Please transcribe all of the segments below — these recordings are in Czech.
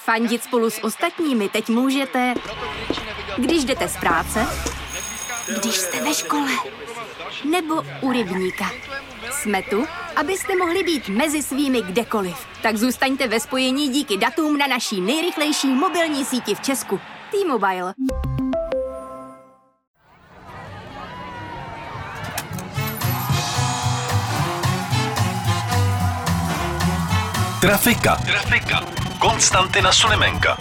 Fandit spolu s ostatními teď můžete, když jdete z práce, když jste ve škole, nebo u rybníka. Jsme tu, abyste mohli být mezi svými kdekoliv. Tak zůstaňte ve spojení díky datům na naší nejrychlejší mobilní síti v Česku. T-Mobile. Trafika. Konstantina Sulimenka.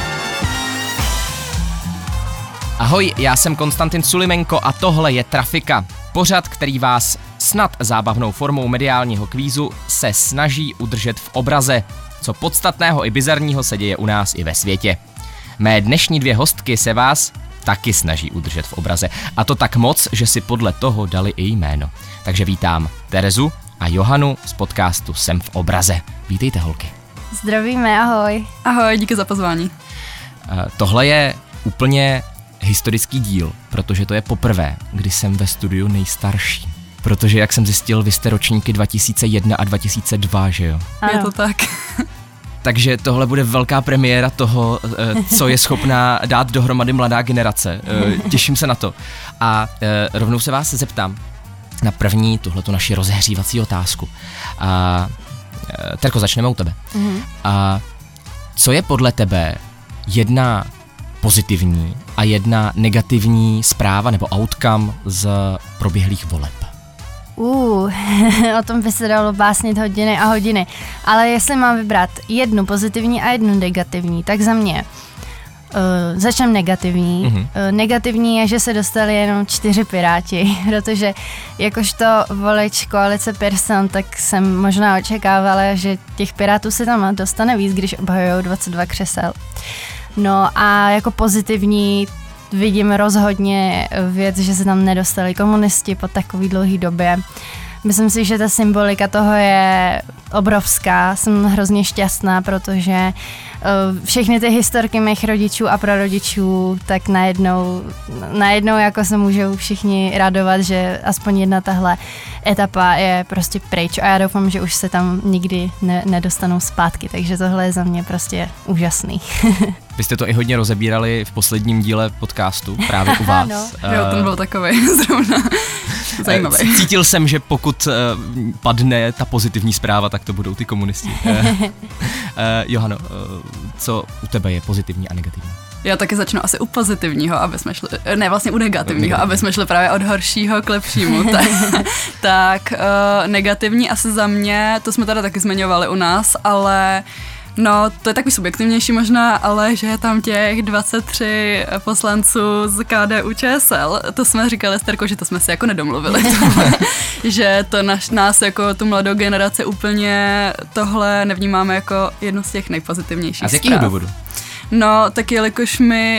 Ahoj, já jsem Konstantin Sulimenko a tohle je Trafika. Pořad, který vás snad zábavnou formou mediálního kvízu se snaží udržet v obraze. Co podstatného i bizarního se děje u nás i ve světě. Mé dnešní dvě hostky se vás taky snaží udržet v obraze. A to tak moc, že si podle toho dali i jméno. Takže vítám Terezu a Johanu z podcastu Jsem v obraze. Vítejte, holky. Zdravíme, ahoj. Ahoj, díky za pozvání. Tohle je úplně historický díl, protože to je poprvé, kdy jsem ve studiu nejstarší. Protože, jak jsem zjistil, vy jste ročníky 2001 a 2002, že jo? Ano. Je to tak. Takže tohle bude velká premiéra toho, co je schopná dát dohromady mladá generace. Těším se na to. A rovnou se vás zeptám na první tuhletu naši rozehřívací otázku. Terko, začneme u tebe. Co je podle tebe jedna pozitivní a jedna negativní zpráva nebo outcome z proběhlých voleb? O tom by se dalo básnit hodiny a hodiny. Ale jestli mám vybrat jednu pozitivní a jednu negativní, tak za mě začneme negativní. Negativní je, že se dostali jenom 4 Piráti, protože jakožto volič koalice PirSTAN, tak jsem možná očekávala, že těch Pirátů se tam dostane víc, když obhajujou 22 křesel. No a jako pozitivní vidím rozhodně věc, že se tam nedostali komunisti po takové dlouhé době. Myslím si, že ta symbolika toho je obrovská. Jsem hrozně šťastná, protože všechny ty historky mých rodičů a prarodičů tak najednou jako se můžou všichni radovat, že aspoň jedna tahle etapa je prostě pryč a já doufám, že už se tam nikdy nedostanou zpátky, takže tohle je za mě prostě úžasný. Vy jste to i hodně rozebírali v posledním díle podcastu, právě u vás. Jo, ten byl takovej zrovna zajímavý. Cítil jsem, že pokud padne ta pozitivní zpráva, tak to budou ty komunisti. Johano, co u tebe je pozitivní a negativní? Já taky začnu asi u pozitivního, aby jsme šli, vlastně u negativního, aby jsme šli právě od horšího k lepšímu. tak negativní asi za mě, to jsme tady taky zmiňovali u nás, ale no, to je takový subjektivnější možná, ale že je tam těch 23 poslanců z KDU ČSL, to jsme říkali s Terkou, že to jsme si jako nedomluvili. Že to nás jako tu mladou generaci úplně tohle nevnímáme jako jednu z těch nejpozitivnějších zpráv. A z jakého důvodu? No, tak jelikož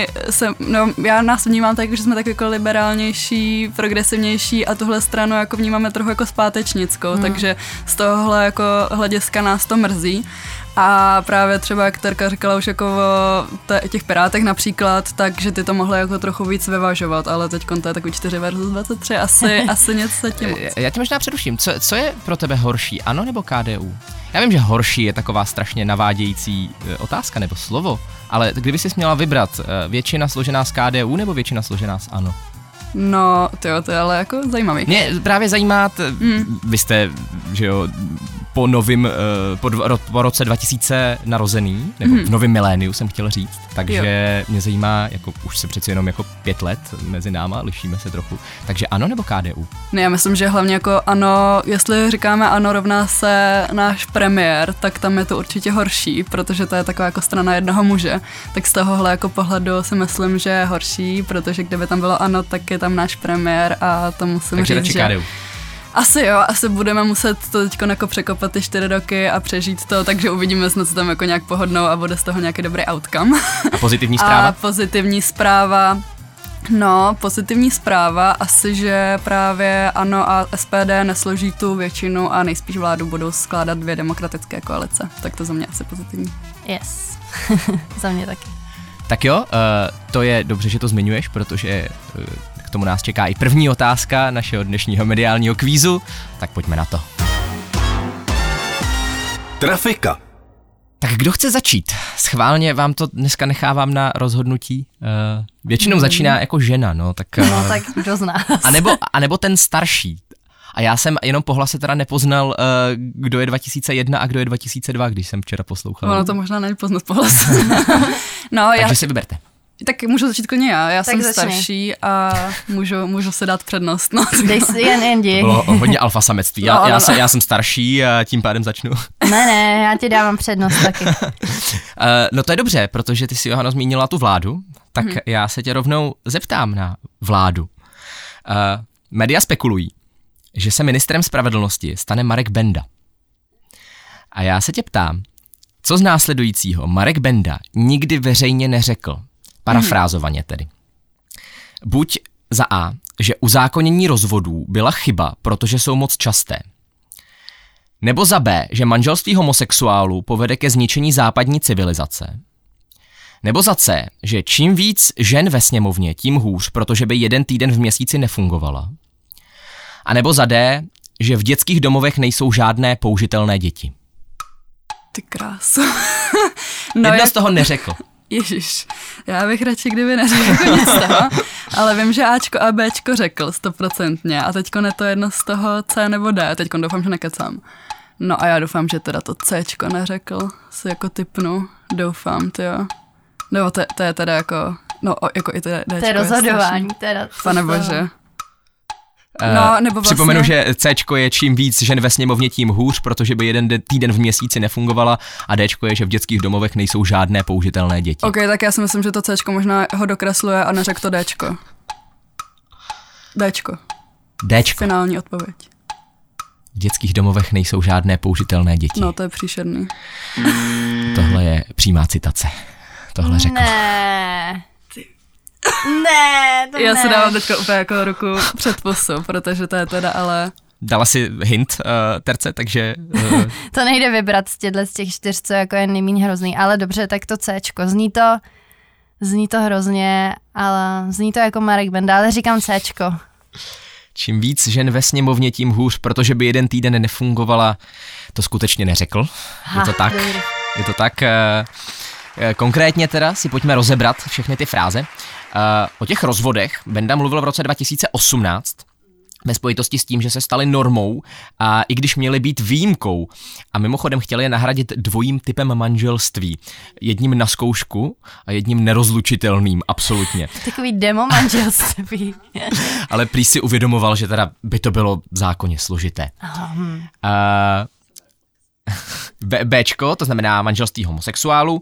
já nás vnímám tak, že jsme tak jako liberálnější, progresivnější a tuhle stranu jako vnímáme trochu jako zpátečnickou, takže z tohohle jako hlediska nás to mrzí. A právě třeba, jak Terka říkala už jako o těch Pirátech například, takže ty to mohly jako trochu víc vyvažovat, ale teď to je takový 4 versus 23, asi něco tím moc. Já tě možná přeruším, co je pro tebe horší, ANO nebo KDU? Já vím, že horší je taková strašně navádějící otázka nebo slovo, ale kdyby jsi měla vybrat většina složená z KDU nebo většina složená z ANO? No, to je ale jako zajímavý. Mě právě zajímá, vy jste, že jo, po roce 2000 narozený, nebo v novém miléniu jsem chtěl říct, takže mě zajímá, jako už se přeci jenom jako 5 let mezi náma, lišíme se trochu, takže ANO nebo KDU? Ne, já myslím, že hlavně jako ANO, jestli říkáme ANO rovná se náš premiér, tak tam je to určitě horší, protože to je taková jako strana jednoho muže, tak z tohohle jako pohledu si myslím, že je horší, protože kdyby tam bylo ANO, tak je tam náš premiér a to musím takže říct, že... KDU. Asi budeme muset to teď jako překopat ty 4 roky a přežít to, takže uvidíme, snad se tam jako nějak pohodnou a bude z toho nějaký dobrý outcome. A pozitivní zpráva? Pozitivní zpráva asi, že právě ANO a SPD nesloží tu většinu a nejspíš vládu budou skládat 2 demokratické koalice. Tak to za mě asi pozitivní. Yes, za mě taky. Tak jo, to je dobře, že to zmiňuješ, protože k tomu nás čeká i první otázka našeho dnešního mediálního kvízu, tak pojďme na to. Trafika. Tak kdo chce začít? Schválně vám to dneska nechávám na rozhodnutí. Většinou začíná jako žena, no. Tak kdo z nás? A nebo ten starší. A já jsem jenom po hlase teda nepoznal, kdo je 2001 a kdo je 2002, když jsem včera poslouchal. Ono to možná není poznat po hlase. Takže si vyberte. Tak můžu začít klidně já. Já jsem začni. starší a můžu se dát přednost. No. Dej si jen jdi. Bylo hodně alfasamectví. Já jsem starší a tím pádem začnu. Ne, já ti dávám přednost taky. No to je dobře, protože ty si, Johano, zmínila tu vládu, tak já se tě rovnou zeptám na vládu. Média spekulují, že se ministrem spravedlnosti stane Marek Benda. A já se tě ptám, co z následujícího Marek Benda nikdy veřejně neřekl, parafrázovaně tedy. Buď za A, že uzákonění rozvodů byla chyba, protože jsou moc časté. Nebo za B, že manželství homosexuálů povede ke zničení západní civilizace. Nebo za C, že čím víc žen ve sněmovně, tím hůř, protože by jeden týden v měsíci nefungovala. A nebo za D, že v dětských domovech nejsou žádné použitelné děti. Ty krásu. Jedno z toho neřekl. Ježiš, já bych radši, kdyby neřekl nic z toho, ale vím, že Ačko a Bčko řekl 100% a teďko ne to jedno z toho C nebo D, teďko doufám, že nekecám. No a já doufám, že teda to Cčko neřekl, si jako tipnu, doufám, tyjo. Nebo to je teda jako, no jako i to Dčko. To je rozhodování teda. Pane bože. No, nebo vlastně... Připomenu, že Cčko je čím víc žen ve sněmovně, tím hůř, protože by jeden týden v měsíci nefungovala a Dčko je, že v dětských domovech nejsou žádné použitelné děti. Ok, tak já si myslím, že to Cčko možná ho dokresluje a neřekl to Dčko. Dčko. Finální odpověď. V dětských domovech nejsou žádné použitelné děti. No, to je příšerný. Tohle je přímá citace. Tohle řekl. Ne, to já ne. se dávám teďka úplně jako ruku před pusu, protože to je teda ale... Dala si hint, Terce, takže... To nejde vybrat z těch 4, co jako je nejméně hrozný, ale dobře, tak to Cčko. Zní to hrozně, ale zní to jako Marek Benda, ale říkám Cčko. Čím víc žen ve sněmovně, tím hůř, protože by jeden týden nefungovala, to skutečně neřekl. Je to tak. Konkrétně teda si pojďme rozebrat všechny ty fráze. O těch rozvodech Benda mluvil v roce 2018 ve spojitosti s tím, že se staly normou, a i když měly být výjimkou. A mimochodem chtěli je nahradit dvojím typem manželství. Jedním na zkoušku a jedním nerozlučitelným, absolutně. Takový demo manželství. Ale prý si uvědomoval, že teda by to bylo v zákoně složité. Bčko, to znamená manželství homosexuálů,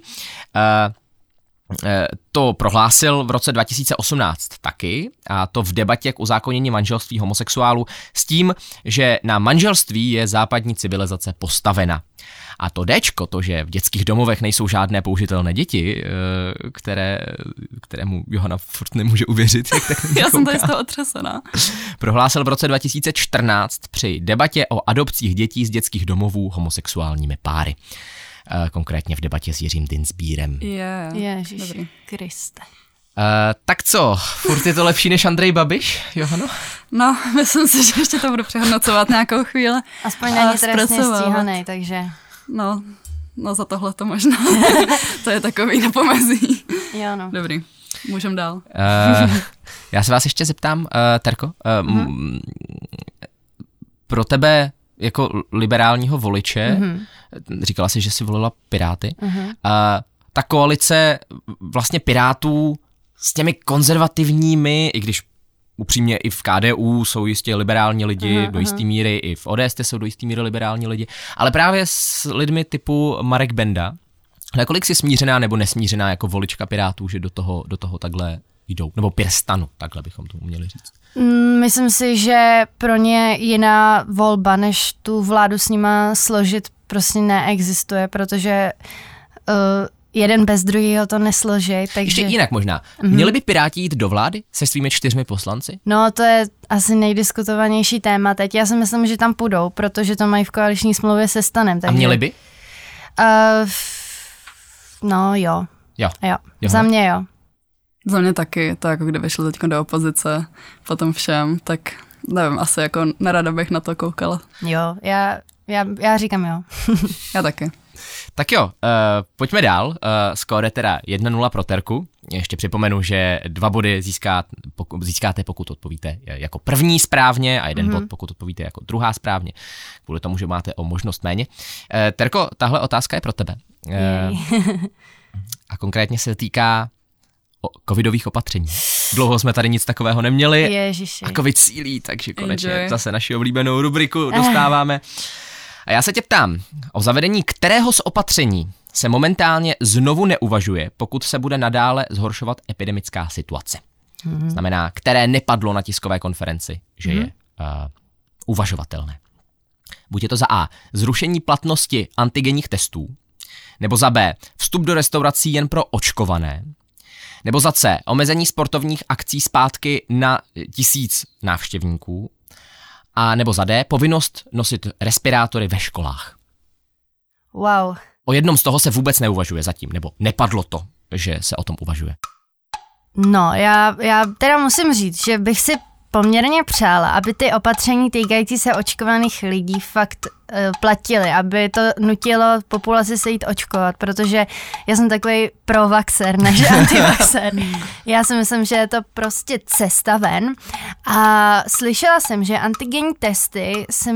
to prohlásil v roce 2018 taky, a to v debatě k uzákonění manželství homosexuálů s tím, že na manželství je západní civilizace postavena. A to Dčko, to, že v dětských domovech nejsou žádné použitelné děti, kterému Johana furt nemůže uvěřit. Jak tak já jsem tady z toho otřesená. Prohlásil v roce 2014 při debatě o adopcích dětí z dětských domovů homosexuálními páry. Konkrétně v debatě s Jiřím Dinsbírem. Ježiši Kriste. Tak co, furt je to lepší než Andrej Babiš, Johano? No, myslím si, že ještě to budu přehodnocovat nějakou chvíli. Aspoň není trestně stíhaný, takže... No za tohle to možná. To je takový na pomezí. Jo, no. Dobrý, můžem dál. Já se vás ještě zeptám, Terko, pro tebe jako liberálního voliče, říkala jsi, že jsi volila Piráty, ta koalice vlastně Pirátů s těmi konzervativními, i když upřímně i v KDU jsou jistě liberální lidi do jisté míry, i v ODS jsou do jisté míry liberální lidi, ale právě s lidmi typu Marek Benda, nakolik jsi smířená nebo nesmířená jako volička Pirátů, že do toho takhle jdou, nebo Pirstanu, takhle bychom to měli říct. Myslím si, že pro ně jiná volba, než tu vládu s nima složit, prostě neexistuje, protože jeden bez druhého to nesloží. Takže... Ještě jinak možná. Měli by Piráti jít do vlády se svými 4 poslanci? No, to je asi nejdiskutovanější téma teď. Já si myslím, že tam půjdou, protože to mají v koaliční smlouvě se STANem. Takže... A měli by? No jo. Jo. Za mě jo. Za mě taky, to jako kdyby šlo teď do opozice po tom všem, tak nevím, asi jako nerada bych na to koukala. Jo, já říkám jo. Já taky. Tak jo, pojďme dál. Skóre teda 1-0 pro Terku. Ještě připomenu, že 2 body získáte, pokud odpovíte jako první správně a 1 bod, pokud odpovíte jako druhá správně. Kvůli tomu, že máte o možnost méně. Terko, tahle otázka je pro tebe. A konkrétně se týká covidových opatření. Dlouho jsme tady nic takového neměli. Ježiši. A covid sílí, takže konečně zase naši oblíbenou rubriku dostáváme. A já se tě ptám, o zavedení kterého z opatření se momentálně znovu neuvažuje, pokud se bude nadále zhoršovat epidemická situace. Znamená, které nepadlo na tiskové konferenci, že je uvažovatelné. Buď je to za A, zrušení platnosti antigenních testů, nebo za B, vstup do restaurací jen pro očkované, nebo za C, omezení sportovních akcí zpátky na 1000 návštěvníků, a nebo za D, povinnost nosit respirátory ve školách. Wow. O jednom z toho se vůbec neuvažuje zatím, nebo nepadlo to, že se o tom uvažuje. No, já teda musím říct, že bych si poměrně přála, aby ty opatření týkající se očkovaných lidí fakt platily, aby to nutilo populaci se jít očkovat, protože já jsem takový provaxer než antivaxer. Já si myslím, že je to prostě cesta ven a slyšela jsem, že antigenní testy se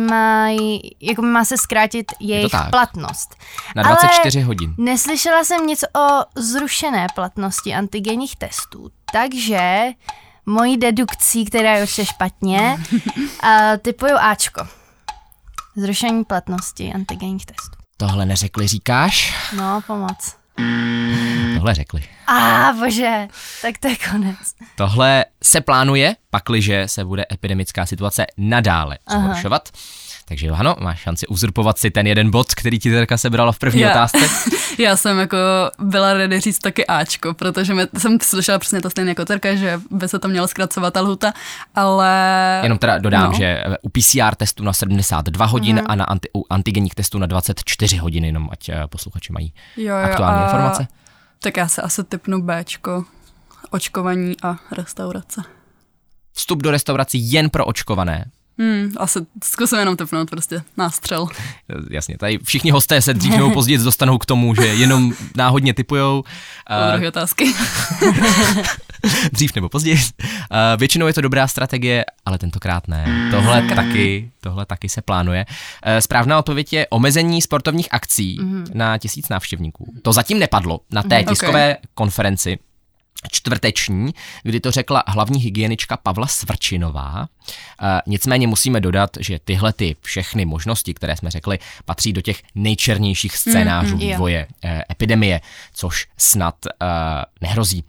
má se zkrátit jejich platnost. Na 24 hodin. Neslyšela jsem nic o zrušené platnosti antigenních testů, takže mojí dedukcí, která je určitě špatně, typuju Ačko. Zrušení platnosti antigenních testů. Tohle neřekli, říkáš? No, pomoc. Tohle řekli. Bože, tak to je konec. Tohle se plánuje, pakliže se bude epidemická situace nadále zhoršovat. Takže Johano, máš šanci uzurpovat si ten 1 bod, který ti Terka sebrala v první otázce. Já jsem jako byla ready říct taky Ačko, protože jsem slyšela přesně to stejné jako Terka, že by se to mělo zkracovat ta lhuta, ale... Jenom teda dodám, že u PCR testu na 72 hodin a u antigenních testů na 24 hodin, jenom ať posluchači mají aktuální informace. Tak já se asi tipnu Bčko, očkování a restaurace. Vstup do restaurací jen pro očkované. Asi zkusím jenom tipnout prostě nástřel. Jasně, tady všichni hosté se dřív nebo později dostanou k tomu, že jenom náhodně tipujou. Druhé otázky. Dřív nebo později. Většinou je to dobrá strategie, ale tentokrát ne. Tohle taky se plánuje. Správná odpověď je omezení sportovních akcí na 1000 návštěvníků. To zatím nepadlo na té tiskové konferenci čtvrteční, kdy to řekla hlavní hygienička Pavla Svrčinová. Nicméně musíme dodat, že tyhle ty všechny možnosti, které jsme řekli, patří do těch nejčernějších scénářů vývoje epidemie, což snad nehrozí.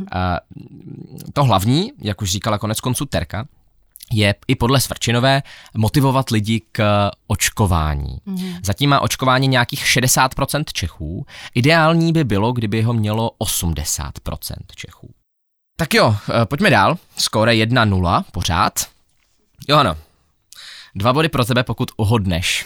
To hlavní, jak už říkala konec konců Terka, je i podle Svrčinové motivovat lidi k očkování. Zatím má očkování nějakých 60% Čechů. Ideální by bylo, kdyby ho mělo 80% Čechů. Tak jo, pojďme dál. Skóre 1-0, pořád. Johano, 2 body pro tebe, pokud uhodneš.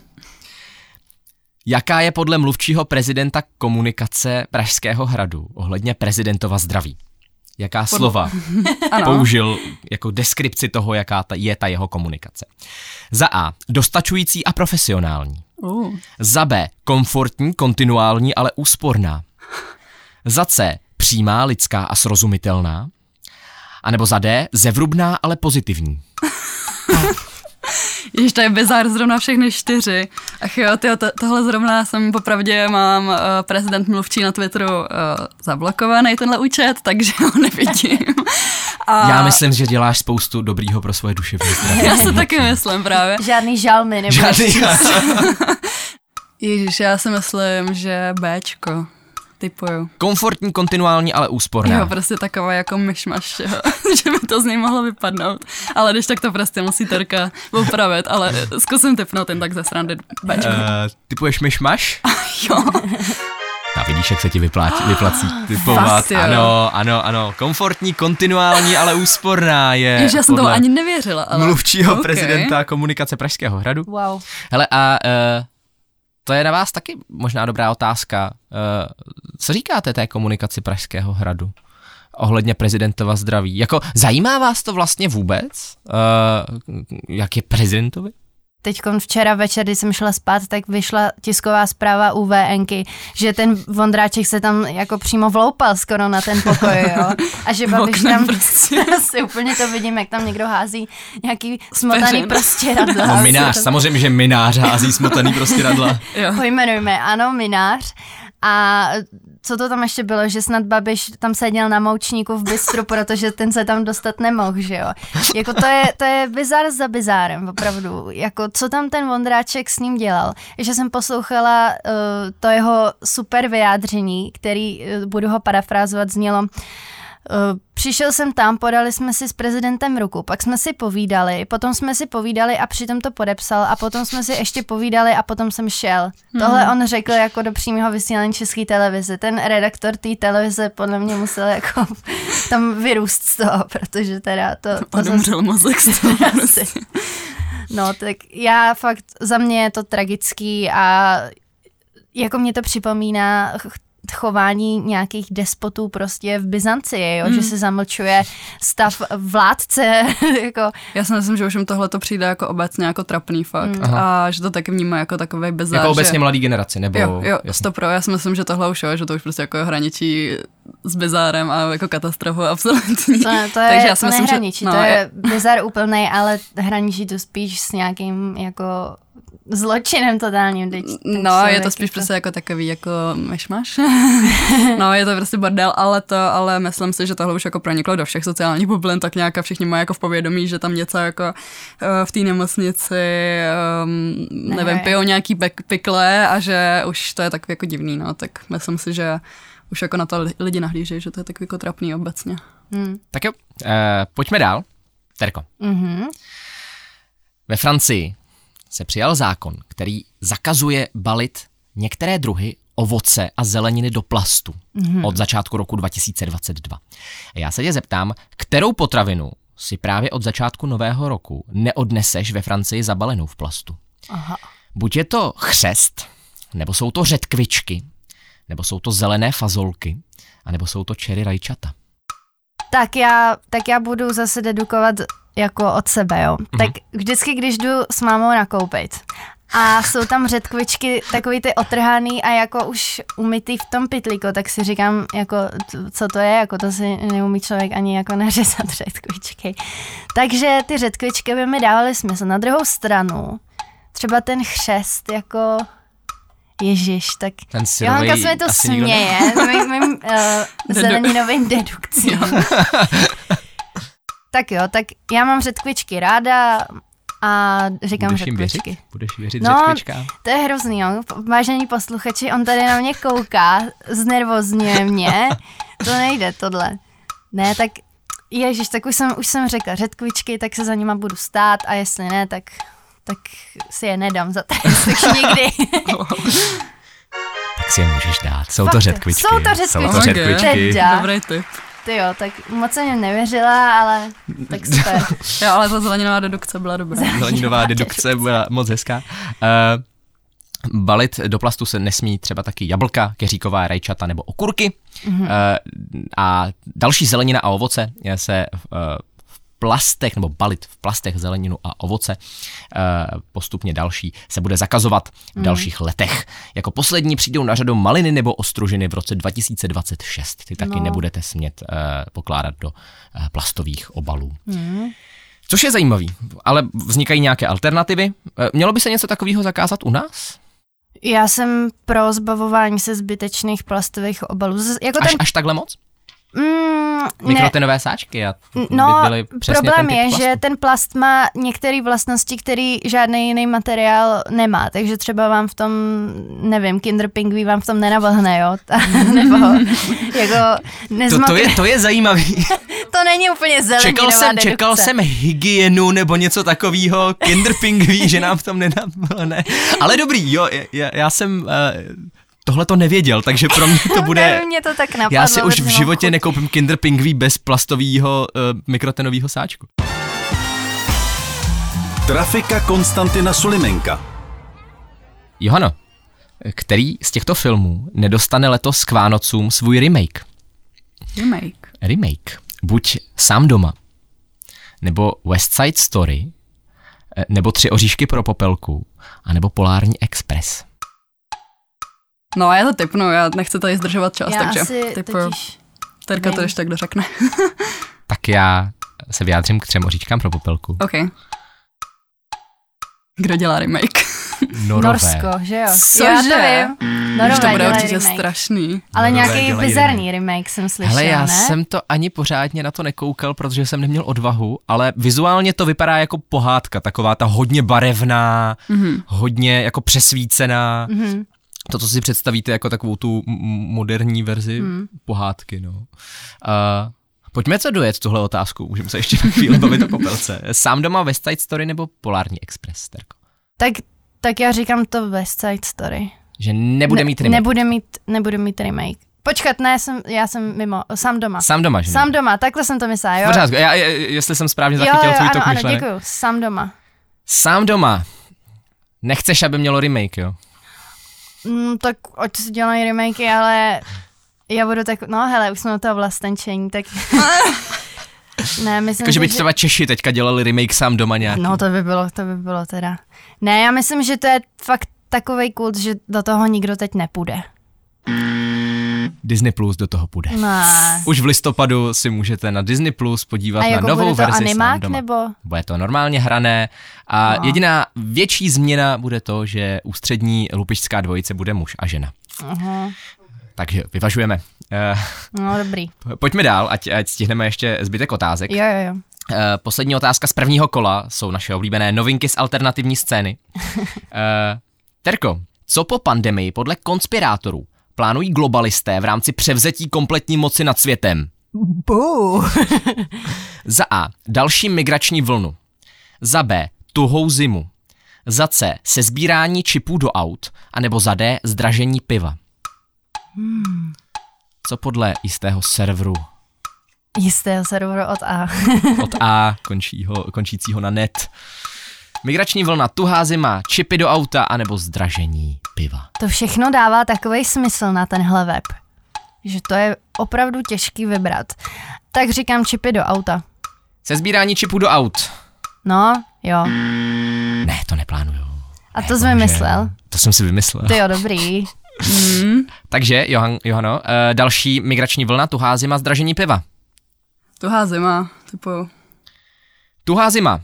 Jaká je podle mluvčího prezidenta komunikace Pražského hradu ohledně prezidentova zdraví? Jaká slova použil jako deskripci toho, jaká je ta jeho komunikace? Za A. Dostačující a profesionální. Za B. Komfortní, kontinuální, ale úsporná. Za C. Přímá, lidská a srozumitelná. A nebo za D. Zevrubná, ale pozitivní. Ježiš, to je bizár, zrovna všechny 4. Ach jo, tohle zrovna jsem popravdě mám prezident mluvčí na Twitteru zablokovaný tenhle účet, takže ho nevidím. Já myslím, že děláš spoustu dobrýho pro svoje duševní zdraví. Já si taky myslím právě. Žádný žalmy nebo Ježiš, já si myslím, že Bčko. Typuju. Komfortní, kontinuální, ale úsporná. Jo, prostě taková jako myšmaš, že by to z něj mohlo vypadnout. Ale když tak to prostě musí Terka opravit, ale zkusím typnout jen tak ze srandy Bčko. Typuješ myšmaš? Jo. A vidíš, jak se ti vyplací typovat. Ano. Komfortní, kontinuální, ale úsporná je. Ježiš, já jsem tomu ani nevěřila. Ale... mluvčího prezidenta komunikace Pražského hradu. Wow. Hele, a to je na vás taky možná dobrá otázka. Co říkáte té komunikaci Pražského hradu ohledně prezidentova zdraví? Jako zajímá vás to vlastně vůbec? Jak je prezidentovi? Teďkon včera večer, když jsem šla spát, tak vyšla tisková zpráva u VNky, že ten Vondráček se tam jako přímo vloupal skoro na ten pokoj, jo. A že Babiš tam prostě si úplně to vidím, jak tam někdo hází nějaký smotaný prostěradla. No minář, samozřejmě, že minář hází smotaný prostěradla. Pojmenujme, ano, minář. A co to tam ještě bylo, že snad Babiš tam seděl na moučníku v bistru, protože ten se tam dostat nemohl, že jo. Jako to je bizár za bizárem, opravdu. Jako co tam ten Vondráček s ním dělal. Že jsem poslouchala to jeho super vyjádření, který, budu ho parafrázovat, znělo: přišel jsem tam, podali jsme si s prezidentem ruku, pak jsme si povídali, potom jsme si povídali a přitom to podepsal a potom jsme si ještě povídali a potom jsem šel. Tohle on řekl jako do přímého vysílání České televize. Ten redaktor té televize podle mě musel jako tam vyrůst z toho, protože teda to odumřel mozek z toho. No tak já fakt, za mě je to tragický a jako mě to připomíná chování nějakých despotů prostě v Byzancii, jo? Že se zamlčuje stav vládce. Jako. Já si myslím, že už jim tohle to přijde jako obecně jako trapný fakt a že to taky vnímá jako takovej bizár. Jako obecně mladý generaci, nebo... Jo, 100%. Já si myslím, že tohle už že to už prostě jako hraničí s bizárem a jako katastrofou absolutní. To nehraničí, to je bizár úplnej, ale hraničí to spíš s nějakým jako zločinem totálním. No, je to spíš prostě jako takový jako myšmaš. No, je to prostě bordel, ale myslím si, že tohle už jako proniklo do všech sociálních bublin, tak nějak všichni mají jako v povědomí, že tam něco jako v té nemocnici, nevím, pijou nějaký pikle a že už to je tak jako divný, no, tak myslím si, že už jako na to lidi nahlížejí, že to je tak jako trapný obecně. Tak jo, pojďme dál. Terko. Ve Francii se přijal zákon, který zakazuje balit některé druhy ovoce a zeleniny do plastu od začátku roku 2022. Já se tě zeptám, kterou potravinu si právě od začátku nového roku neodneseš ve Francii zabalenou v plastu? Aha. Buď je to chřest, nebo jsou to řetkvičky, nebo jsou to zelené fazolky, anebo jsou to cherry rajčata. Tak já budu zase dedukovat jako od sebe, jo. Tak vždycky, když jdu s mámou nakoupit a jsou tam řetkvičky takový ty otrhaný a jako už umytý v tom pytlíku, tak si říkám, jako co to je, jako to si neumí člověk ani jako nařezat řetkvičky. Takže ty řetkvičky by mi dávaly smysl. Na druhou stranu, třeba ten chřest, jako Ježiš, tak Johanka se mi to směje mým zeleninovým dedukcím. Tak jo, tak já mám řetkvičky ráda a říkám řetkvičky. Budeš věřit řetkvičkám? To je hrozný, jo. Vážení posluchači, on tady na mě kouká, znervozňuje mě. To nejde, tohle. Ne, tak ježiš, tak už jsem řekla řetkvičky, tak se za nima budu stát a jestli ne, tak si je nedám za trest, už nikdy. Tak si je můžeš dát, jsou to řetkvičky. Jsou to řetkvičky. Dobrý tip. Ty jo, tak moc jsem jim nevěřila, ale tak super. Jo, ale ta zeleninová dedukce byla dobrá. Zeleninová dedukce byla moc hezká. Balit do plastu se nesmí třeba taky jablka, keříková rajčata nebo okurky. A další zelenina a ovoce se v plastech, nebo balit v plastech zeleninu a ovoce, postupně další, se bude zakazovat v dalších letech. Jako poslední přijdou na řadu maliny nebo ostružiny v roce 2026. Ty taky nebudete smět pokládat do plastových obalů. Což je zajímavý, ale vznikají nějaké alternativy. Mělo by se něco takového zakázat u nás? Já jsem pro zbavování se zbytečných plastových obalů. Jako až takhle moc? Mikrotenové sáčky a no, byly přesně problém ten typ je, plastu. že ten plast má některé vlastnosti, který žádný jiný materiál nemá, takže třeba vám v tom, nevím, Kinder Pingví vám v tom nenavlhne, jo? Nebo jako to je zajímavý. To není úplně zeleninová Čekal jsem hygienu nebo něco takového, Kinder Pingví, že nám v tom nenavlhne. Ale dobrý, jo, já jsem... Tohle to nevěděl, takže pro mě to bude... mě to tak napadlo, já si už v životě nekoupím Kinder Pingví bez plastového mikrotenového sáčku. Trafika Konstantina Sulimenka. Johano, který z těchto filmů nedostane letos k Vánocům svůj remake? Remake. Buď Sám doma, nebo West Side Story, nebo 3 oříšky pro Popelku, anebo Polární Express. No a já to tipnu, já nechci tady zdržovat čas, Já takže asi typuju. totiž Terka to vím. ještě tak dořekne. Tak já se vyjádřím k 3 oříškám pro Popelku. OK. Kdo dělá remake? Norové. Norsko, že jo? Cože? Já to vím. Norové Už to bude dělají určitě remake. strašný. Ale Norové nějaký dělají bizarní remake jsem slyšela, Hele, já ne? jsem to ani pořádně na to nekoukal, protože jsem neměl odvahu, ale vizuálně to vypadá jako pohádka, taková ta hodně barevná, hodně jako přesvícená. To, co si představíte jako takovou tu moderní verzi pohádky, no. Pojďme co dojet tuhle otázku, můžeme se ještě na chvíli bavit o Popelce. Sám doma, West Side Story nebo Polární Express, Terko? Tak já říkám to West Side Story. Že nebude mít remake. Nebude mít remake. Počkat, ne, já jsem mimo, Sám doma. Sám doma, že? Sám doma, takhle jsem to myslela, jo? Pořád, jestli jsem správně zachytil tvůj tok myšlenek. Ano, děkuju, Sám doma. Sám doma. Nechceš, aby mělo remake, jo? Tak ať si dělají remakey, ale já budu tak, no hele, už jsme o toho vlastenčení, tak... Ne, myslím, Jako, že by třeba Češi teďka dělali remake Sám doma nějaký. No to by bylo teda. Ne, já myslím, že to je fakt takovej kult, že do toho nikdo teď nepůjde. Disney Plus do toho půjde. Ne. Už v listopadu si můžete na Disney Plus podívat A na jako novou bude to verzi animák, Sám doma. nebo? Bude to normálně hrané a jediná větší změna bude to, že ústřední lupičská dvojice bude muž a žena. Aha. Takže vyvažujeme. No dobrý. Pojďme dál, ať stihneme ještě zbytek otázek. Jo. Poslední otázka z prvního kola jsou naše oblíbené novinky z alternativní scény. Terko, co po pandemii podle konspirátorů plánují globalisté v rámci převzetí kompletní moci nad světem? Za A. Další migrační vlnu. Za B. Tuhou zimu. Za C. Sesbírání čipů do aut. A nebo za D. Zdražení piva. Co podle jistého serveru? Jistého serveru od A. Od A končícího na net. Migrační vlna, tuhá zima, čipy do auta anebo zdražení piva. To všechno dává takovej smysl na tenhle web, že to je opravdu těžký vybrat. Tak říkám čipy do auta. Sesbírání čipů do aut. No, jo. Ne, to neplánuju. A to jsi vymyslel? To jsem si vymyslel. Ty jo, dobrý. Takže, Johano, další migrační vlna, tuhá zima, zdražení piva. Tuhá zima, typuju. Tuhá zima.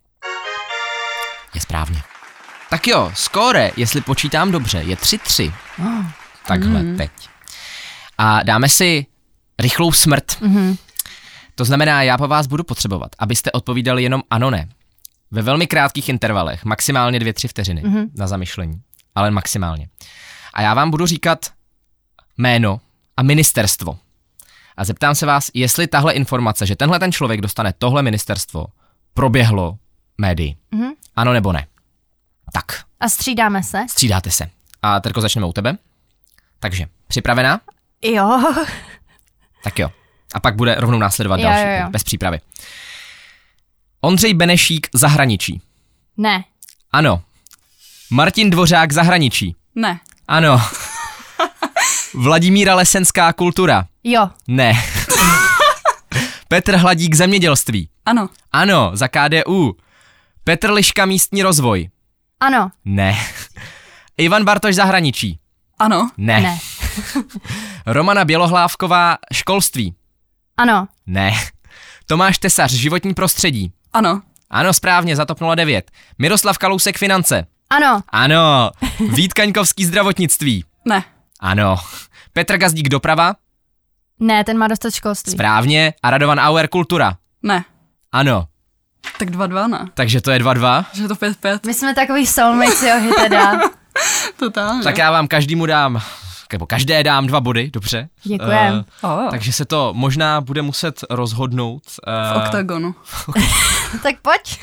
Je správně. Tak jo, skóre, jestli počítám dobře, je 3-3. Takhle teď. A dáme si rychlou smrt. To znamená, já po vás budu potřebovat, abyste odpovídali jenom ano, ne. Ve velmi krátkých intervalech, maximálně 2-3 vteřiny na zamyšlení, ale maximálně. A já vám budu říkat jméno a ministerstvo. A zeptám se vás, jestli tahle informace, že tenhle ten člověk dostane tohle ministerstvo, proběhlo médii. Ano nebo ne. Tak. A střídáme se? Střídáte se. A Terko, začneme u tebe. Takže, připravená? Jo. Tak jo. A pak bude rovnou následovat další, jo. bez přípravy. Ondřej Benešík, zahraničí. Ne. Ano. Martin Dvořák, zahraničí. Ne. Ano. Vladimíra Lesenská, kultura. Jo. Ne. Petr Hladík, zemědělství. Ano. Ano, za KDU. Petr Liška, místní rozvoj. Ano. Ne. Ivan Bartoš, zahraničí. Ano. Ne. Romana Bělohlávková, školství. Ano. Ne. Tomáš Tesař, životní prostředí. Ano. Ano, správně, za TOP 09. Miroslav Kalousek, finance. Ano. Ano. Vít Kaňkovský, zdravotnictví. Ne. Ano. Petr Gazdík, doprava. Ne, ten má dostat školství. Správně. A Radovan Auer, kultura. Ne. Ano. Tak 2-2, ne? Takže to je 2-2. Že je to 5-5. My jsme takový soulmates, jo, teda. Totálně. Tak já vám každému dám, nebo každé dám 2 body, dobře. Děkujem. Takže se to možná bude muset rozhodnout. V oktagonu. Tak pojď.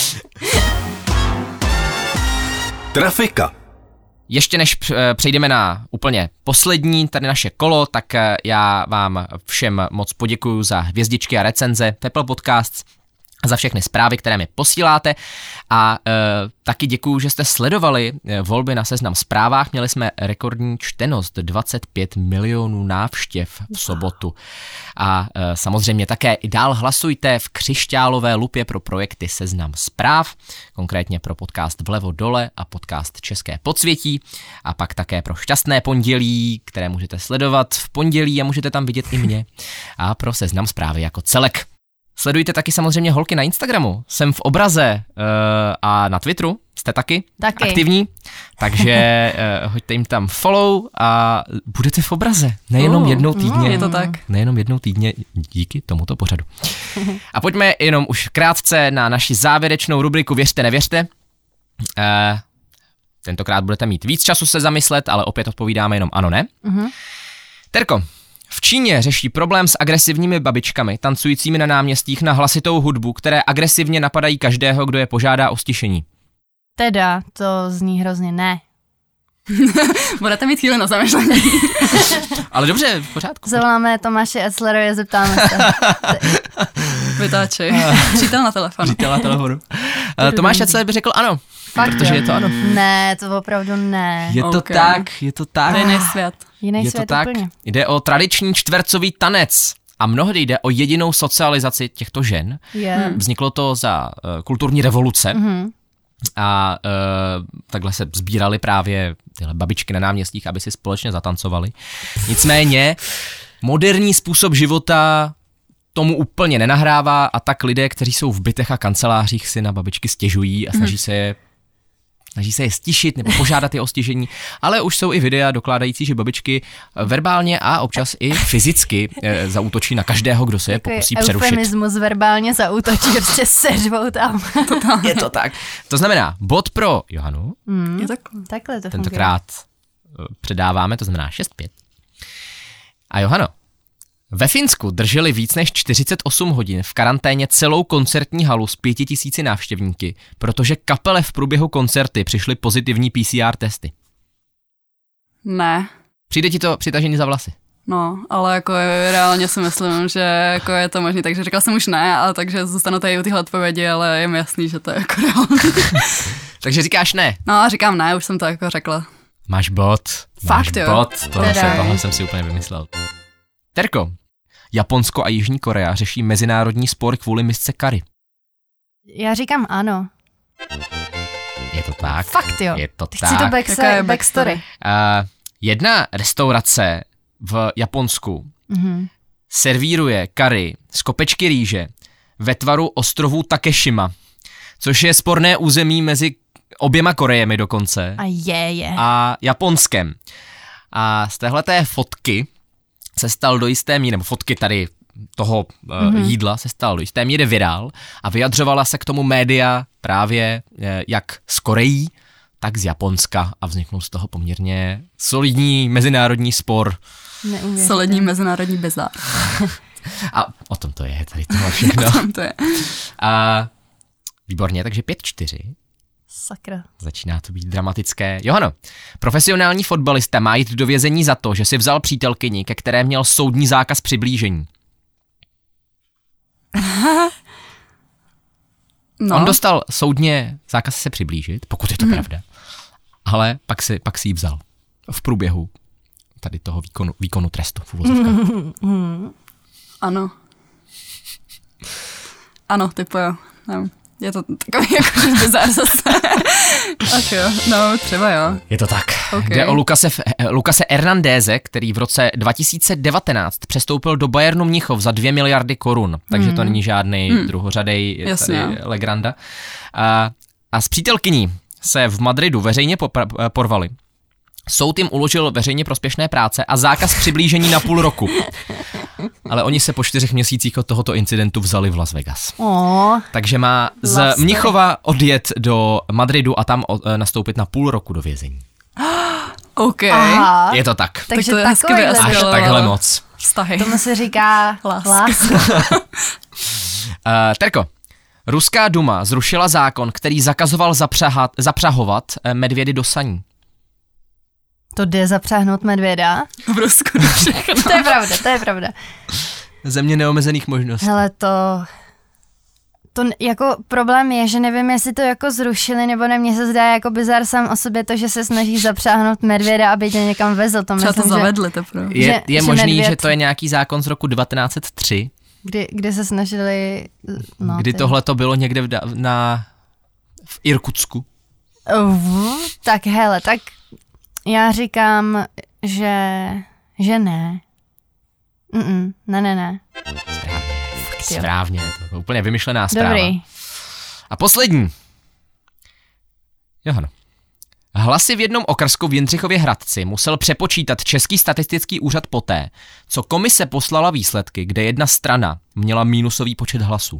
Trafika. Ještě než přejdeme na úplně poslední tady naše kolo, tak já vám všem moc poděkuju za hvězdičky a recenze v Apple Podcasts. za všechny zprávy, které mi posíláte a taky děkuju, že jste sledovali volby na Seznam Zprávách. Měli jsme rekordní čtenost, 25 milionů návštěv v sobotu. A samozřejmě také i dál hlasujte v křišťálové lupě pro projekty Seznam Zpráv, konkrétně pro podcast Vlevo dole a podcast České podsvětí a pak také pro Šťastné pondělí, které můžete sledovat v pondělí a můžete tam vidět i mě a pro Seznam Zprávy jako celek. Sledujte taky samozřejmě holky na Instagramu, jsem v obraze a na Twitteru, jste taky aktivní, takže hoďte jim tam follow a budete v obraze, nejenom jednou týdně. Je to tak. Nejenom jednou týdně díky tomuto pořadu. A pojďme jenom už krátce na naši závěrečnou rubriku Věřte, nevěřte. Tentokrát budete mít víc času se zamyslet, ale opět odpovídáme jenom ano, ne. Terko, v Číně řeší problém s agresivními babičkami, tancujícími na náměstích na hlasitou hudbu, které agresivně napadají každého, kdo je požádá o stišení. Teda, to zní hrozně ne. Budete mít chvíli na zamyšlení. Ale dobře, v pořádku. Zavoláme Tomáše Etzlerovi a zeptáme se. Vytáčej. Přítel na telefonu. Tomáš Etzler by řekl ano. Fakt, protože je to ano. Ne, to opravdu ne. Je to tak, je to tak. To je jiný svět. Jiný je svět to tak. úplně. Jde o tradiční čtvercový tanec a mnohdy jde o jedinou socializaci těchto žen. Vzniklo to za kulturní revoluce a takhle se sbírali právě tyhle babičky na náměstích, aby si společně zatancovali. Nicméně moderní způsob života tomu úplně nenahrává a tak lidé, kteří jsou v bytech a kancelářích, si na babičky stěžují a snaží se je stišit nebo požádat je o stižení, ale už jsou i videa dokládající, že babičky verbálně a občas i fyzicky zaútočí na každého, kdo se je pokusí přerušit. Eufemismus verbálně zaútočí, prostě seřvou tam. Je to tak. To znamená, bod pro Johanu. Je Takhle to tentokrát předáváme, to znamená 6-5. A Johano, ve Finsku drželi víc než 48 hodin v karanténě celou koncertní halu s 5000 návštěvníky, protože kapele v průběhu koncerty přišly pozitivní PCR testy. Ne. Přijde ti to přitažení za vlasy? No, ale jako reálně si myslím, že jako je to možný, takže řekla jsem už ne, ale takže zůstanu tady u téhle odpovědi, ale je mi jasný, že to je jako reálný. Takže říkáš ne? No, říkám ne, už jsem to jako řekla. Máš bod. Fakt jo? Bod, tohle jsem si úplně vymyslel. Terko, Japonsko a Jižní Korea řeší mezinárodní spor kvůli misce curry. Já říkám ano. Je to tak. Fakt jo. Je to Chci tak. to backstory. Jedna restaurace v Japonsku servíruje curry z kopečky rýže ve tvaru ostrovů Takeshima, což je sporné území mezi oběma Korejemi dokonce. A Japonskem. A z téhleté fotky se stal do jisté míry, nebo fotky tady toho jídla se stal do jisté míry virál a vyjadřovala se k tomu média právě jak z Koreí, tak z Japonska a vzniknul z toho poměrně solidní mezinárodní spor. Solidní mezinárodní bizár. A o tom to je tady tohle všechno. O tom to je. A výborně, takže 5-4. Sakra. Začíná to být dramatické. Johano, profesionální fotbalista má jít do vězení za to, že si vzal přítelkyni, ke které měl soudní zákaz přiblížení. No. On dostal soudně zákaz se přiblížit, pokud je to pravda, ale pak si ji vzal v průběhu tady toho výkonu trestu. Ano. Ano, typu jo. Nevím. Je to takový jako bizár zase. Ach jo, no třeba jo. Je to tak. Okay. Jde o Lucase Hernandéze, který v roce 2019 přestoupil do Bayernu Mnichov za 2 miliardy korun, takže to není žádný druhořadej legranda. A s přítelkyní se v Madridu veřejně porvali. Soud jim uložil veřejně prospěšné práce a zákaz přiblížení na půl roku. Ale oni se po 4 měsících od tohoto incidentu vzali v Las Vegas. Takže má z Mnichova odjet do Madridu a tam nastoupit na půl roku do vězení. OK. Aha. Je to tak. Takže tak to je hezky až takhle moc. Vztahy. Tomu se říká láska. Terko, Ruská duma zrušila zákon, který zakazoval zapřahovat medvědy do saní. To jde zapřáhnout medvěda? V Rusku všechno. To je pravda. Země neomezených možností. Hele, To jako problém je, že nevím, jestli to jako zrušili, nebo ne, mně se zdá jako bizar sám o sobě to, že se snaží zapřáhnout medvěda, aby tě někam vezl. To třeba myslím, to zavedli teprve. Je možný, že to je nějaký zákon z roku 1903? Kdy se snažili... No, kdy tohle to bylo někde v Irkutsku? Tak hele, tak já říkám, že ne. Ne. Správně, to je úplně vymyšlená zpráva. Dobrý. A poslední. Johano. Hlasy v jednom okrsku v Jindřichově Hradci musel přepočítat Český statistický úřad poté, co komise poslala výsledky, kde jedna strana měla minusový počet hlasů.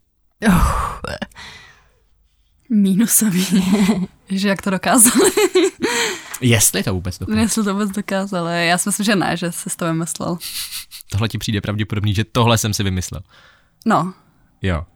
Minusový. Že jak to dokázali? Jestli to vůbec dokázali. Já si myslím, že ne, že se to vymyslel. Tohle ti přijde pravděpodobný, že tohle jsem si vymyslel. No. Jo.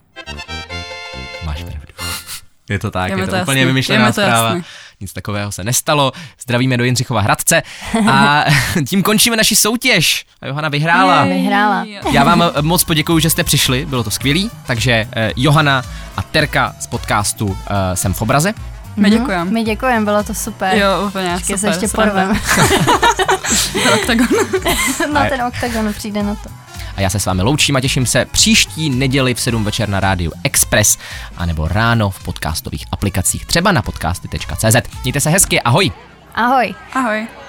Máš pravdu. Je to tak, je to úplně jasný. vymyšlená zpráva. Jasný. Nic takového se nestalo. Zdravíme do Jindřichova Hradce a tím končíme naši soutěž. A Johana vyhrála. Já vám moc poděkuju, že jste přišli, bylo to skvělý. Takže Johana a Terka z podcastu Jsem v obraze. My děkujeme, bylo to super. Jo, úplně super. Se ještě porvem. Ten oktagon. Ten oktagon přijde na to. A já se s vámi loučím a těším se příští neděli v 7 večer na rádiu Express anebo ráno v podcastových aplikacích, třeba na podcasty.cz. Mějte se hezky, ahoj. Ahoj. Ahoj.